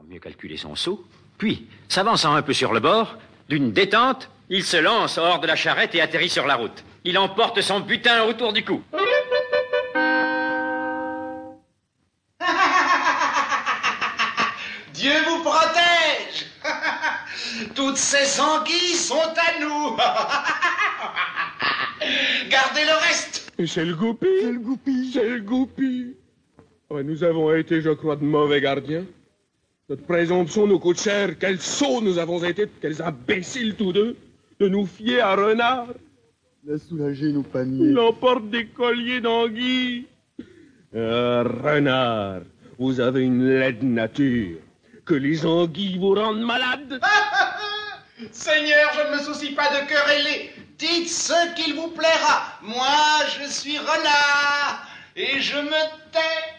Mieux calculer son saut, puis, s'avançant un peu sur le bord, d'une détente, il se lance hors de la charrette et atterrit sur la route. Il emporte son butin autour du cou. Dieu vous protège. Toutes ces anguilles sont à nous. Gardez le reste. C'est le goupil. C'est le goupil. C'est le goupil. Ouais, nous avons été, je crois, de mauvais gardiens. Notre présomption nous coûte cher. Quels sots nous avons été, quels imbéciles tous deux, de nous fier à Renard. Il a soulagé nos paniers. Il emporte des colliers d'anguilles. Renard, vous avez une laide nature. Que les anguilles vous rendent malade. Seigneur, je ne me soucie pas de quereller. Dites ce qu'il vous plaira. Moi, je suis Renard et je me tais.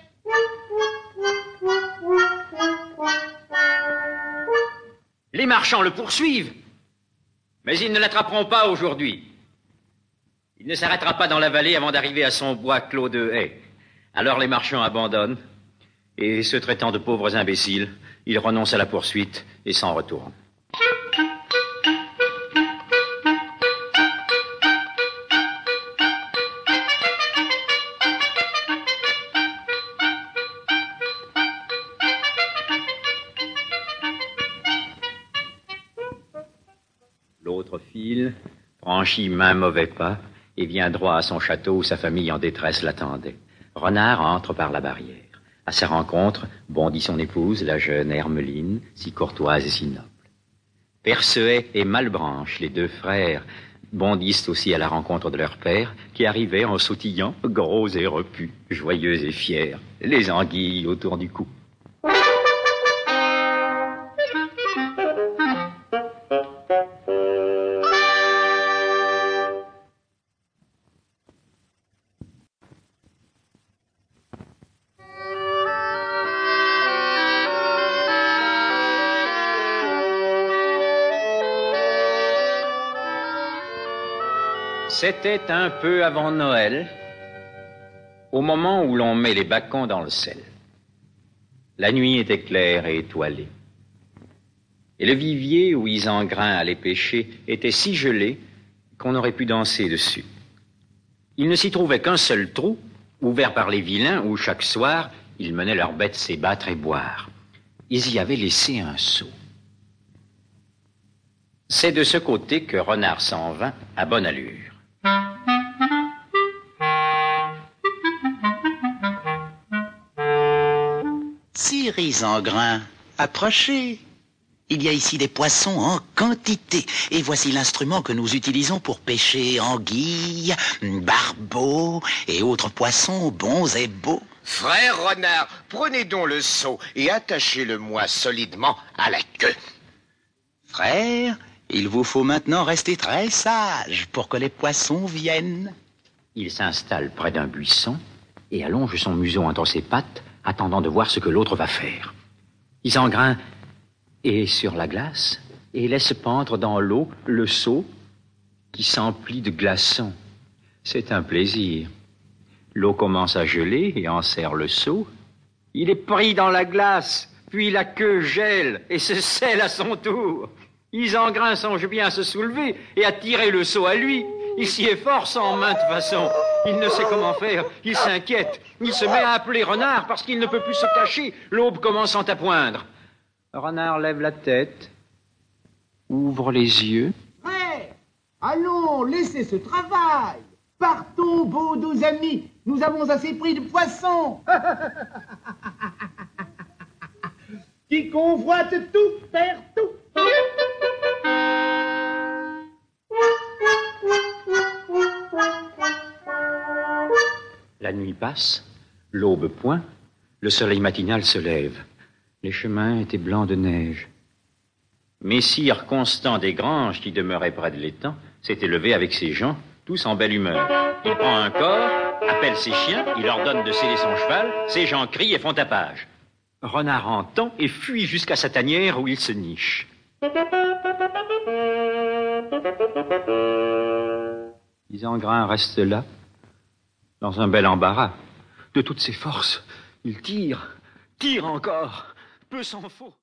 Les marchands le poursuivent, mais ils ne l'attraperont pas aujourd'hui. Il ne s'arrêtera pas dans la vallée avant d'arriver à son bois clos de haies. Alors les marchands abandonnent, et se traitant de pauvres imbéciles, ils renoncent à la poursuite et s'en retournent. L'autre file, franchit maints mauvais pas, et vient droit à son château où sa famille en détresse l'attendait. Renard entre par la barrière. À sa rencontre bondit son épouse, la jeune Hermeline, si courtoise et si noble. Percehet et Malbranche, les deux frères, bondissent aussi à la rencontre de leur père, qui arrivait en sautillant, gros et repu, joyeux et fier, les anguilles autour du cou. C'était un peu avant Noël, au moment où l'on met les bacons dans le sel. La nuit était claire et étoilée. Et le vivier où Isengrin allait pêcher était si gelé qu'on aurait pu danser dessus. Il ne s'y trouvait qu'un seul trou, ouvert par les vilains, où chaque soir, ils menaient leurs bêtes s'ébattre et boire. Ils y avaient laissé un seau. C'est de ce côté que Renard s'en vint à bonne allure. Sire Isengrin, approchez. Il y a ici des poissons en quantité. Et voici l'instrument que nous utilisons pour pêcher anguilles, barbeaux et autres poissons bons et beaux. Frère Renard, prenez donc le seau et attachez-le-moi solidement à la queue. Frère, il vous faut maintenant rester très sage pour que les poissons viennent. Il s'installe près d'un buisson et allonge son museau entre ses pattes, attendant de voir ce que l'autre va faire. Isengrin est sur la glace et laisse pendre dans l'eau le seau qui s'emplit de glaçons. C'est un plaisir. L'eau commence à geler et enserre le seau. Il est pris dans la glace, puis la queue gèle et se scelle à son tour. Isengrin songe bien à se soulever et à tirer le seau à lui. Il s'y efforce en maintes façons. Il ne sait comment faire. Il s'inquiète. Il se met à appeler Renard parce qu'il ne peut plus se cacher, l'aube commençant à poindre. Renard lève la tête, ouvre les yeux. Frère, allons, laissez ce travail. Partons, beaux doux amis. Nous avons assez pris de poissons. Qui convoite tout, perd tout. La nuit passe, l'aube point, le soleil matinal se lève. Les chemins étaient blancs de neige. Messire Constant des Granges, qui demeurait près de l'étang, s'était levé avec ses gens, tous en belle humeur. Il prend un corps, appelle ses chiens, il ordonne de sceller son cheval, ses gens crient et font tapage. Renard entend et fuit jusqu'à sa tanière où il se niche. Isengrin reste là, dans un bel embarras. De toutes ses forces, il tire encore, peu s'en faut.